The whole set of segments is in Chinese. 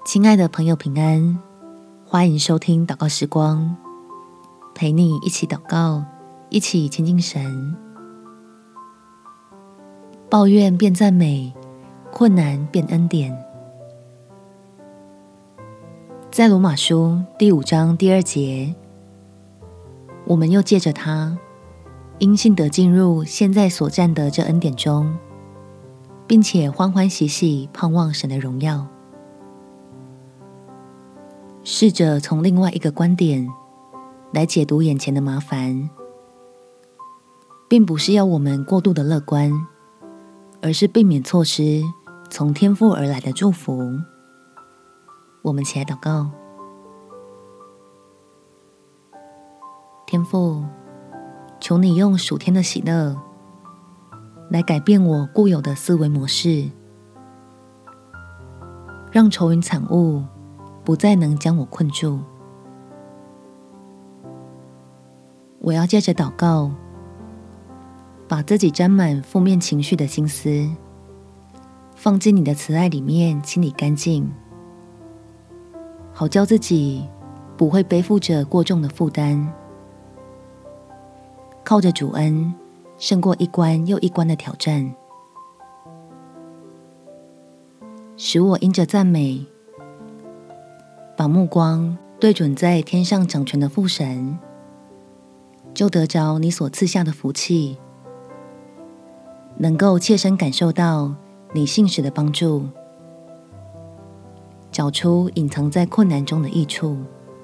亲爱的朋友平安，欢迎收听祷告时光，陪你一起祷告，一起亲近神。抱怨变赞美，困难变恩典。在罗马书第5章第2节，我们又借着他，因信得进入现在所占的这恩典中，并且欢欢喜喜盼望神的荣耀。试着从另外一个观点来解读眼前的麻烦，并不是要我们过度的乐观，而是避免错失从天父而来的祝福。我们起来祷告。天父，求你用属天的喜乐来改变我固有的思维模式，让愁云惨雾不再能将我困住。我要借着祷告，把自己沾满负面情绪的心思放进你的慈爱里面清理干净，好叫自己不会背负着过重的负担，靠着主恩胜过一关又一关的挑战，使我因着赞美把目光对准在天上掌权的父神，就得着你所赐下的福气，能够切身感受到你信实的帮助，找出隐藏在困难中的益处。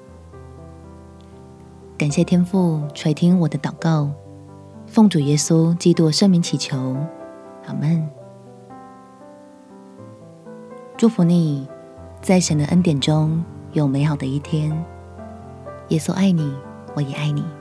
感谢天父垂听我的祷告，奉主耶稣基督圣名祈求，阿们。祝福你在神的恩典中有美好的一天。耶稣爱你，我也爱你。